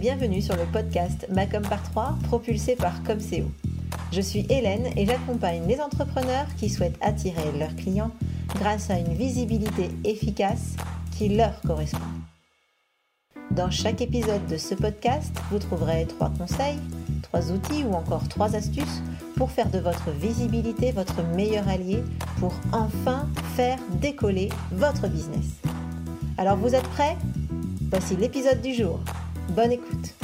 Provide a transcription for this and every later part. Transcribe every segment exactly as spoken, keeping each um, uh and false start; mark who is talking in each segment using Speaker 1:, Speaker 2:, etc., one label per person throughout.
Speaker 1: bienvenue sur le podcast Macom par trois, propulsé par Comseo. Je suis Hélène et j'accompagne les entrepreneurs qui souhaitent attirer leurs clients grâce à une visibilité efficace qui leur correspond. Dans chaque épisode de ce podcast, vous trouverez trois conseils, trois outils ou encore trois astuces pour faire de votre visibilité votre meilleur allié pour enfin faire décoller votre business. Alors vous êtes prêts ? Voici l'épisode du jour. Bonne écoute.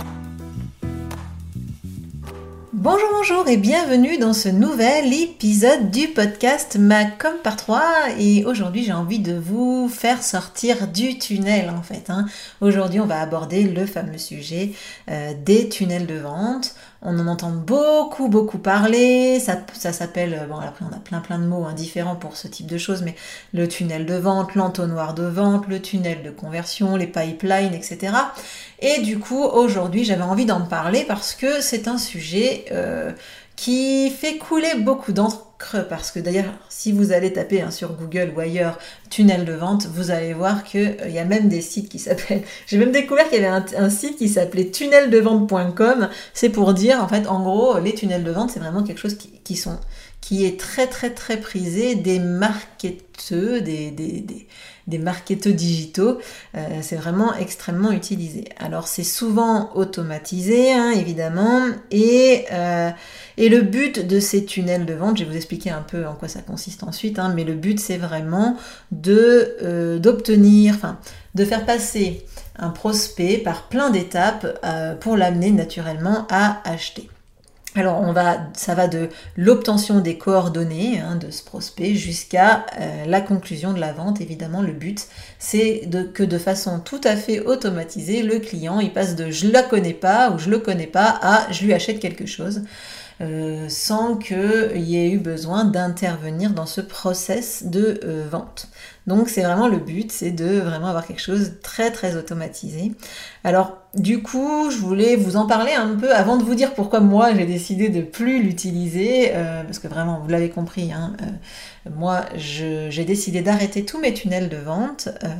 Speaker 1: Bonjour, bonjour et bienvenue dans ce nouvel épisode du podcast Macom par trois. Et aujourd'hui, j'ai envie de vous faire sortir du tunnel en fait. Hein. Aujourd'hui, on va aborder le fameux sujet euh, des tunnels de vente. On en entend beaucoup, beaucoup parler. Ça, ça s'appelle, bon après on a plein plein de mots hein, différents pour ce type de choses, mais le tunnel de vente, l'entonnoir de vente, le tunnel de conversion, les pipelines, et cetera. Et du coup, aujourd'hui, j'avais envie d'en parler parce que c'est un sujet euh, qui fait couler beaucoup d'encre. Parce que d'ailleurs, si vous allez taper hein, sur Google ou ailleurs tunnel de vente, vous allez voir qu'il euh, y a même des sites qui s'appellent... J'ai même découvert qu'il y avait un, un site qui s'appelait tunnel de vente point com. C'est pour dire, en fait, en gros, les tunnels de vente, c'est vraiment quelque chose qui, qui, sont, qui est très, très, très prisé des marketeurs, des... des, des des marketeurs digitaux, euh, c'est vraiment extrêmement utilisé. Alors c'est souvent automatisé, hein, évidemment, et, euh, et le but de ces tunnels de vente, je vais vous expliquer un peu en quoi ça consiste ensuite, hein, mais le but c'est vraiment de, euh, d'obtenir, enfin, de faire passer un prospect par plein d'étapes euh, pour l'amener naturellement à acheter. Alors on va, ça va de l'obtention des coordonnées hein, de ce prospect jusqu'à euh, la conclusion de la vente. Évidemment, le but, c'est de, que de façon tout à fait automatisée, le client il passe de « je la connais pas » ou « je le connais pas » à « je lui achète quelque chose ». Euh, sans qu'il y ait eu besoin d'intervenir dans ce process de euh, vente. Donc c'est vraiment le but, c'est de vraiment avoir quelque chose de très très automatisé. Alors du coup, je voulais vous en parler un peu avant de vous dire pourquoi moi j'ai décidé de plus l'utiliser, euh, parce que vraiment, vous l'avez compris, hein, euh, moi je, j'ai décidé d'arrêter tous mes tunnels de vente. Euh,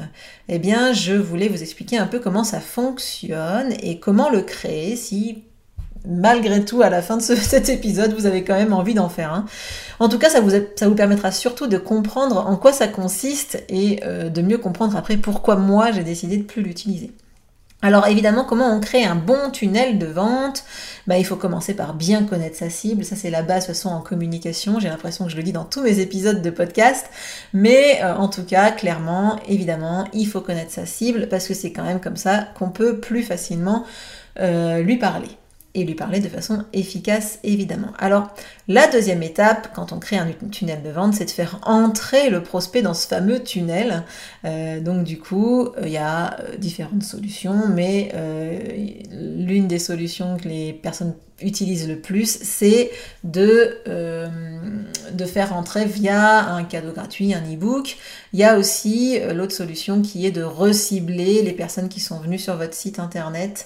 Speaker 1: eh bien, je voulais vous expliquer un peu comment ça fonctionne et comment le créer si malgré tout, à la fin de ce, cet épisode, vous avez quand même envie d'en faire un. En tout cas, ça vous, ça vous permettra surtout de comprendre en quoi ça consiste et euh, de mieux comprendre après pourquoi moi j'ai décidé de plus l'utiliser. Alors évidemment, comment on crée un bon tunnel de vente ? Bah, il faut commencer par bien connaître sa cible. Ça, c'est la base de toute façon en communication. J'ai l'impression que je le dis dans tous mes épisodes de podcast. Mais euh, en tout cas, clairement, évidemment, il faut connaître sa cible parce que c'est quand même comme ça qu'on peut plus facilement euh, lui parler. Et lui parler de façon efficace, évidemment. Alors, la deuxième étape, quand on crée un tunnel de vente, c'est de faire entrer le prospect dans ce fameux tunnel. Euh, donc, du coup, il y a différentes solutions, mais euh, l'une des solutions que les personnes utilisent le plus, c'est de, euh, de faire entrer via un cadeau gratuit, un e-book. Il y a aussi euh, l'autre solution qui est de recibler les personnes qui sont venues sur votre site internet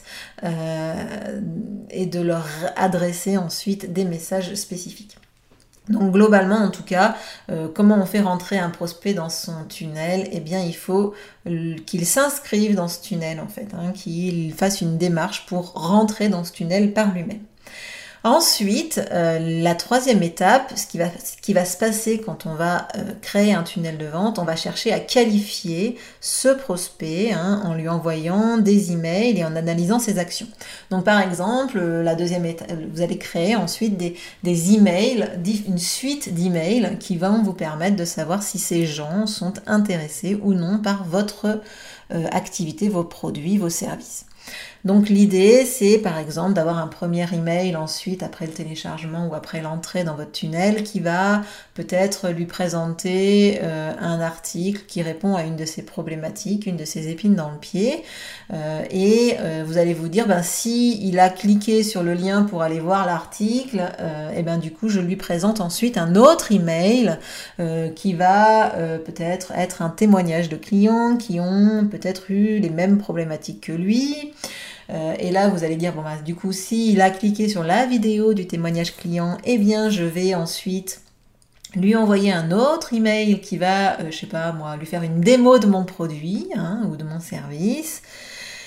Speaker 1: euh, et de leur adresser ensuite des messages spécifiques. Donc globalement en tout cas, euh, comment on fait rentrer un prospect dans son tunnel ? Eh bien il faut qu'il s'inscrive dans ce tunnel en fait, hein, qu'il fasse une démarche pour rentrer dans ce tunnel par lui-même. Ensuite, euh, la troisième étape, ce qui va, ce qui va se passer quand on va euh, créer un tunnel de vente, on va chercher à qualifier ce prospect hein, en lui envoyant des emails et en analysant ses actions. Donc par exemple, la deuxième étape, vous allez créer ensuite des, des emails, une suite d'emails qui vont vous permettre de savoir si ces gens sont intéressés ou non par votre euh, activité, vos produits, vos services. Donc l'idée, c'est par exemple d'avoir un premier email ensuite après le téléchargement ou après l'entrée dans votre tunnel qui va peut-être lui présenter euh, un article qui répond à une de ses problématiques, une de ses épines dans le pied. Euh, et euh, vous allez vous dire, ben, si il a cliqué sur le lien pour aller voir l'article, euh, et ben du coup je lui présente ensuite un autre email euh, qui va euh, peut-être être un témoignage de clients qui ont peut-être eu les mêmes problématiques que lui. Euh, et là, vous allez dire, bon, bah, du coup, s'il a cliqué sur la vidéo du témoignage client, eh bien, je vais ensuite lui envoyer un autre email qui va, euh, je sais pas moi, lui faire une démo de mon produit hein, ou de mon service.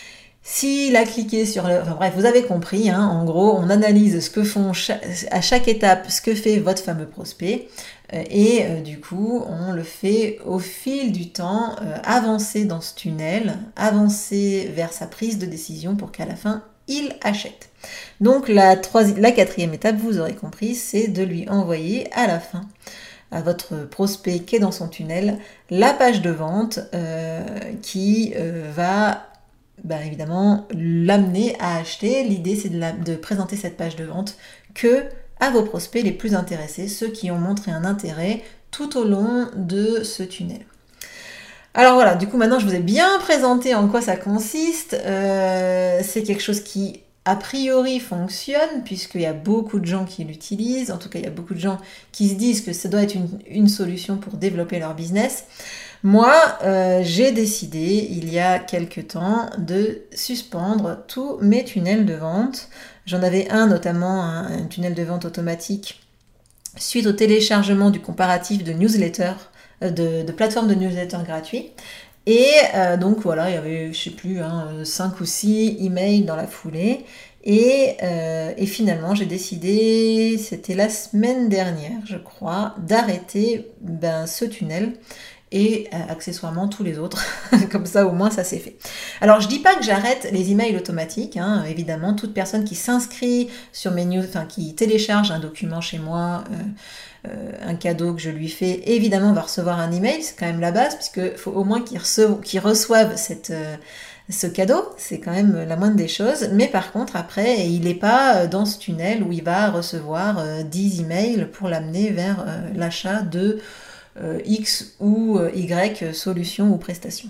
Speaker 1: S'il a cliqué sur le... Enfin bref, vous avez compris, hein, en gros, on analyse ce que font cha... à chaque étape, ce que fait votre fameux prospect, euh, et euh, du coup, on le fait au fil du temps, euh, avancer dans ce tunnel, avancer vers sa prise de décision pour qu'à la fin, il achète. Donc la, troisi... la quatrième étape, vous aurez compris, c'est de lui envoyer à la fin, à votre prospect qui est dans son tunnel, la page de vente euh, qui euh, va... Ben évidemment, l'amener à acheter. L'idée, c'est de, la, de présenter cette page de vente que à vos prospects les plus intéressés, ceux qui ont montré un intérêt tout au long de ce tunnel. Alors voilà, du coup, maintenant, je vous ai bien présenté en quoi ça consiste. Euh, c'est quelque chose qui, a priori, fonctionne, puisqu'il y a beaucoup de gens qui l'utilisent. En tout cas, il y a beaucoup de gens qui se disent que ça doit être une, une solution pour développer leur business. Moi, euh, j'ai décidé, il y a quelque temps, de suspendre tous mes tunnels de vente. J'en avais un, notamment un, un tunnel de vente automatique, suite au téléchargement du comparatif de newsletter, euh, de, de plateformes de newsletter gratuits. Et euh, donc voilà, il y avait, je sais plus, hein, cinq ou six emails dans la foulée. Et, euh, et finalement, j'ai décidé, c'était la semaine dernière, je crois, d'arrêter ben, ce tunnel. Et euh, accessoirement tous les autres, comme ça au moins ça c'est fait. Alors je dis pas que j'arrête les emails automatiques, hein. Évidemment toute personne qui s'inscrit sur mes news, enfin qui télécharge un document chez moi, euh, euh, un cadeau que je lui fais, évidemment va recevoir un email, c'est quand même la base, puisque faut au moins qu'il reçoive, qu'il reçoive cette... Euh, ce cadeau, c'est quand même la moindre des choses, mais par contre après, il n'est pas dans ce tunnel où il va recevoir euh, dix emails pour l'amener vers euh, l'achat de Euh, X ou euh, Y solution ou prestation.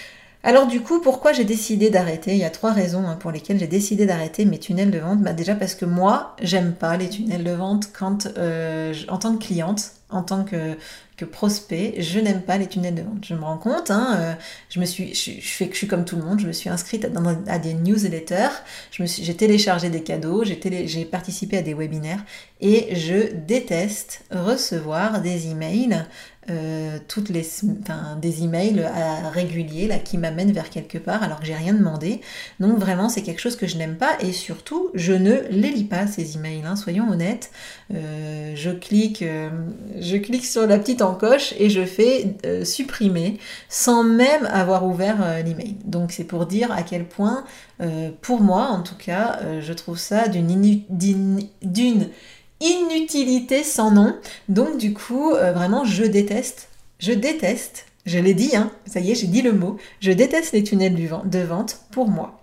Speaker 1: Alors du coup, pourquoi j'ai décidé d'arrêter ? Il y a trois raisons hein, pour lesquelles j'ai décidé d'arrêter mes tunnels de vente. Bah, déjà parce que moi, j'aime pas les tunnels de vente quand, euh, en tant que cliente, en tant que, que prospect, je n'aime pas les tunnels de vente. Je me rends compte, hein, euh, je me suis, je, je fais que je suis comme tout le monde, je me suis inscrite à, dans, à des newsletters, je me suis, j'ai téléchargé des cadeaux, j'ai, télé, j'ai participé à des webinaires et je déteste recevoir des emails. Euh, toutes les, enfin, des emails à, réguliers là, qui m'amènent vers quelque part alors que j'ai rien demandé. Donc vraiment c'est quelque chose que je n'aime pas et surtout je ne les lis pas ces emails, hein, soyons honnêtes. Euh, je, clique, euh, je clique sur la petite encoche et je fais euh, supprimer sans même avoir ouvert euh, l'email. Donc c'est pour dire à quel point euh, pour moi en tout cas euh, je trouve ça d'une, inu- d'une, d'une inutilité sans nom. Donc du coup, euh, vraiment, je déteste, je déteste, je l'ai dit, hein, ça y est, j'ai dit le mot, je déteste les tunnels de vente pour moi.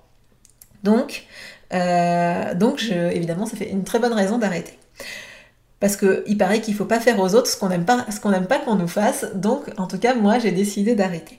Speaker 1: Donc, euh, donc je, évidemment, ça fait une très bonne raison d'arrêter. Parce qu'il paraît qu'il ne faut pas faire aux autres ce qu'on n'aime pas, ce qu'on n'aime pas qu'on nous fasse. Donc, en tout cas, moi, j'ai décidé d'arrêter.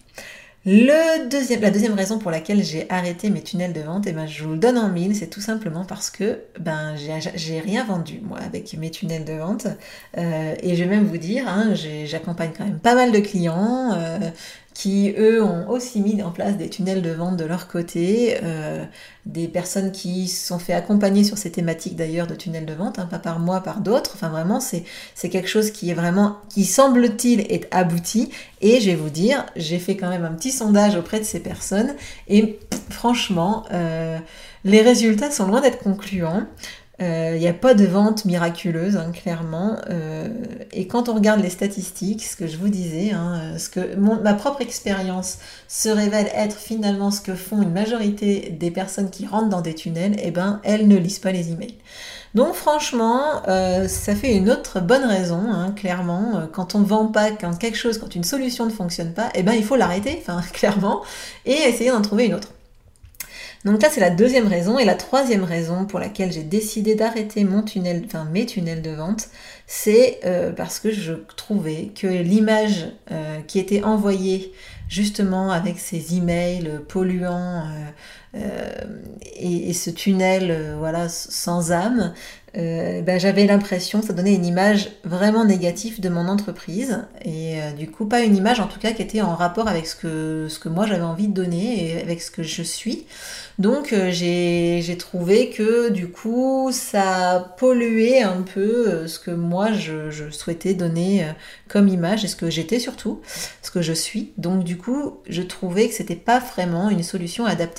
Speaker 1: Le deuxième, la deuxième raison pour laquelle j'ai arrêté mes tunnels de vente, et ben je vous le donne en mille, c'est tout simplement parce que ben j'ai, j'ai rien vendu moi avec mes tunnels de vente. Euh, et je vais même vous dire, hein, j'ai, j'accompagne quand même pas mal de clients euh, qui eux ont aussi mis en place des tunnels de vente de leur côté, euh, des personnes qui se sont fait accompagner sur ces thématiques d'ailleurs de tunnels de vente, hein, pas par moi, par d'autres. Enfin vraiment c'est, c'est quelque chose qui est vraiment, qui semble-t-il est abouti. Et je vais vous dire, j'ai fait quand même un petit sondage auprès de ces personnes et franchement, euh, les résultats sont loin d'être concluants. Il euh, n'y a pas de vente miraculeuse, hein, clairement. Euh, et quand on regarde les statistiques, ce que je vous disais, hein, ce que mon, ma propre expérience se révèle être finalement ce que font une majorité des personnes qui rentrent dans des tunnels, eh ben, elles ne lisent pas les emails. Donc franchement, euh, ça fait une autre bonne raison, hein, clairement. Euh, quand on ne vend pas, quand quelque chose, quand une solution ne fonctionne pas, eh ben, il faut l'arrêter, enfin, clairement, et essayer d'en trouver une autre. Donc là, c'est la deuxième raison. Et la troisième raison pour laquelle j'ai décidé d'arrêter mon tunnel, enfin mes tunnels de vente, c'est euh, parce que je trouvais que l'image euh, qui était envoyée justement avec ces emails polluants euh, euh, et, et ce tunnel euh, voilà, sans âme, euh, ben, j'avais l'impression que ça donnait une image vraiment négative de mon entreprise et euh, du coup pas une image en tout cas qui était en rapport avec ce que, ce que moi j'avais envie de donner et avec ce que je suis. Donc euh, j'ai, j'ai trouvé que du coup ça polluait un peu euh, ce que moi je, je souhaitais donner euh, comme image et ce que j'étais surtout, ce que je suis. Donc du coup je trouvais que c'était pas vraiment une solution adaptée à mon business.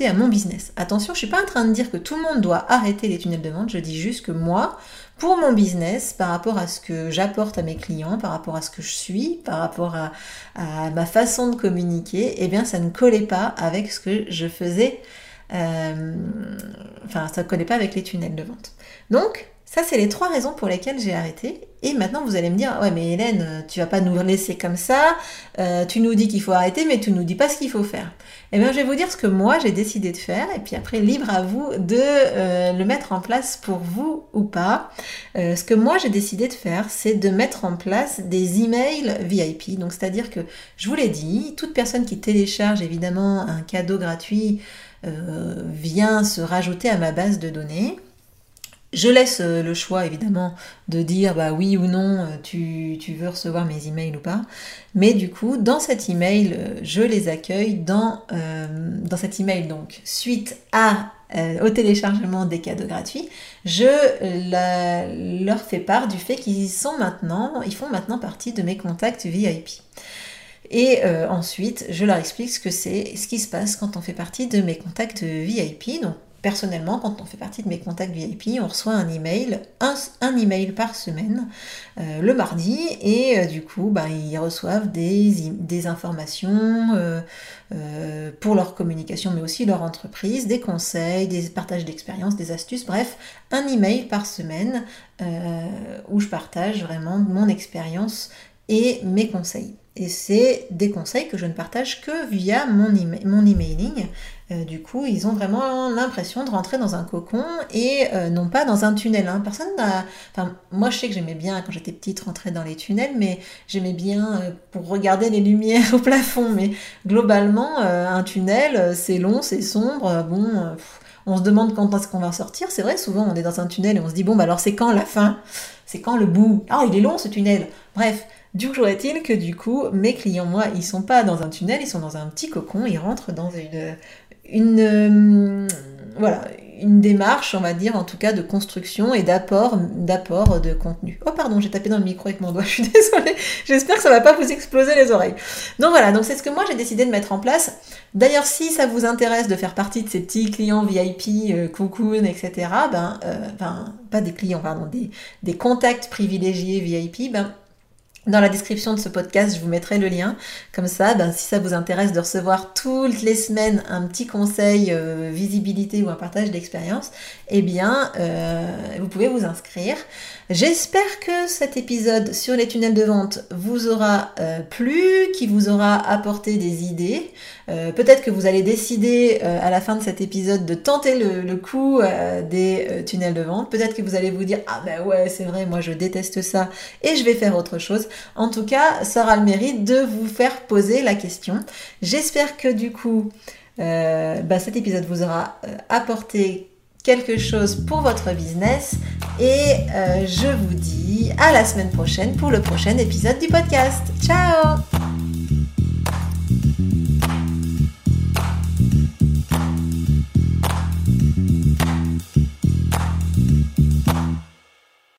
Speaker 1: business. Attention, je suis pas en train de dire que tout le monde doit arrêter les tunnels de vente, je dis juste que moi, pour mon business, par rapport à ce que j'apporte à mes clients, par rapport à ce que je suis, par rapport à, à ma façon de communiquer, eh bien ça ne collait pas avec ce que je faisais, euh, enfin ça ne collait pas avec les tunnels de vente. Donc, ça, c'est les trois raisons pour lesquelles j'ai arrêté. Et maintenant, vous allez me dire, ouais, mais Hélène, tu vas pas nous laisser comme ça. Euh, tu nous dis qu'il faut arrêter, mais tu nous dis pas ce qu'il faut faire. Eh bien, je vais vous dire ce que moi, j'ai décidé de faire. Et puis après, libre à vous de euh, le mettre en place pour vous ou pas. Euh, ce que moi, j'ai décidé de faire, c'est de mettre en place des emails V I P. Donc, c'est-à-dire que, je vous l'ai dit, toute personne qui télécharge, évidemment, un cadeau gratuit euh, vient se rajouter à ma base de données. Je laisse le choix évidemment de dire bah oui ou non tu, tu veux recevoir mes emails ou pas, mais du coup dans cet email je les accueille dans, euh, dans cet email donc suite à, euh, au téléchargement des cadeaux gratuits, je la, leur fais part du fait qu'ils sont maintenant, ils font maintenant partie de mes contacts V I P. Et euh, ensuite, je leur explique ce que c'est, ce qui se passe quand on fait partie de mes contacts V I P. Donc, personnellement, quand on fait partie de mes contacts V I P, on reçoit un email, un, un email par semaine, euh, le mardi, et euh, du coup, bah, ils reçoivent des, des informations euh, euh, pour leur communication, mais aussi leur entreprise, des conseils, des partages d'expériences, des astuces, bref, un email par semaine euh, où je partage vraiment mon expérience et mes conseils. Et c'est des conseils que je ne partage que via mon, email, mon emailing. Euh, du coup, ils ont vraiment l'impression de rentrer dans un cocon et euh, non pas dans un tunnel. Hein. Personne n'a... Enfin, moi, je sais que j'aimais bien, quand j'étais petite, rentrer dans les tunnels, mais j'aimais bien euh, pour regarder les lumières au plafond. Mais globalement, euh, un tunnel, c'est long, c'est sombre. Bon, euh, on se demande quand est-ce qu'on va sortir. C'est vrai, souvent, on est dans un tunnel et on se dit, bon, bah alors c'est quand la fin ? C'est quand le bout ? Ah, il est long, ce tunnel ! Bref. Du jour est-il que du coup, mes clients, moi, ils sont pas dans un tunnel, ils sont dans un petit cocon, ils rentrent dans une, une, euh, voilà, une démarche, on va dire, en tout cas, de construction et d'apport, d'apport de contenu. Oh pardon, j'ai tapé dans le micro avec mon doigt, je suis désolée, j'espère que ça va pas vous exploser les oreilles. Donc voilà, donc c'est ce que moi j'ai décidé de mettre en place. D'ailleurs, si ça vous intéresse de faire partie de ces petits clients V I P, euh, Cocoon, et cetera, ben, euh, ben, pas des clients, pardon, des, des contacts privilégiés V I P, ben, dans la description de ce podcast, je vous mettrai le lien. Comme ça, ben, si ça vous intéresse de recevoir toutes les semaines un petit conseil euh, visibilité ou un partage d'expérience, eh bien, euh, vous pouvez vous inscrire. J'espère que cet épisode sur les tunnels de vente vous aura euh, plu, qu'il vous aura apporté des idées. Euh, peut-être que vous allez décider euh, à la fin de cet épisode de tenter le, le coup euh, des euh, tunnels de vente. Peut-être que vous allez vous dire « Ah ben ouais, c'est vrai, moi je déteste ça et je vais faire autre chose ». En tout cas, ça aura le mérite de vous faire poser la question. J'espère que du coup, euh, bah, cet épisode vous aura euh, apporté quelque chose pour votre business et euh, je vous dis à la semaine prochaine pour le prochain épisode du podcast. Ciao!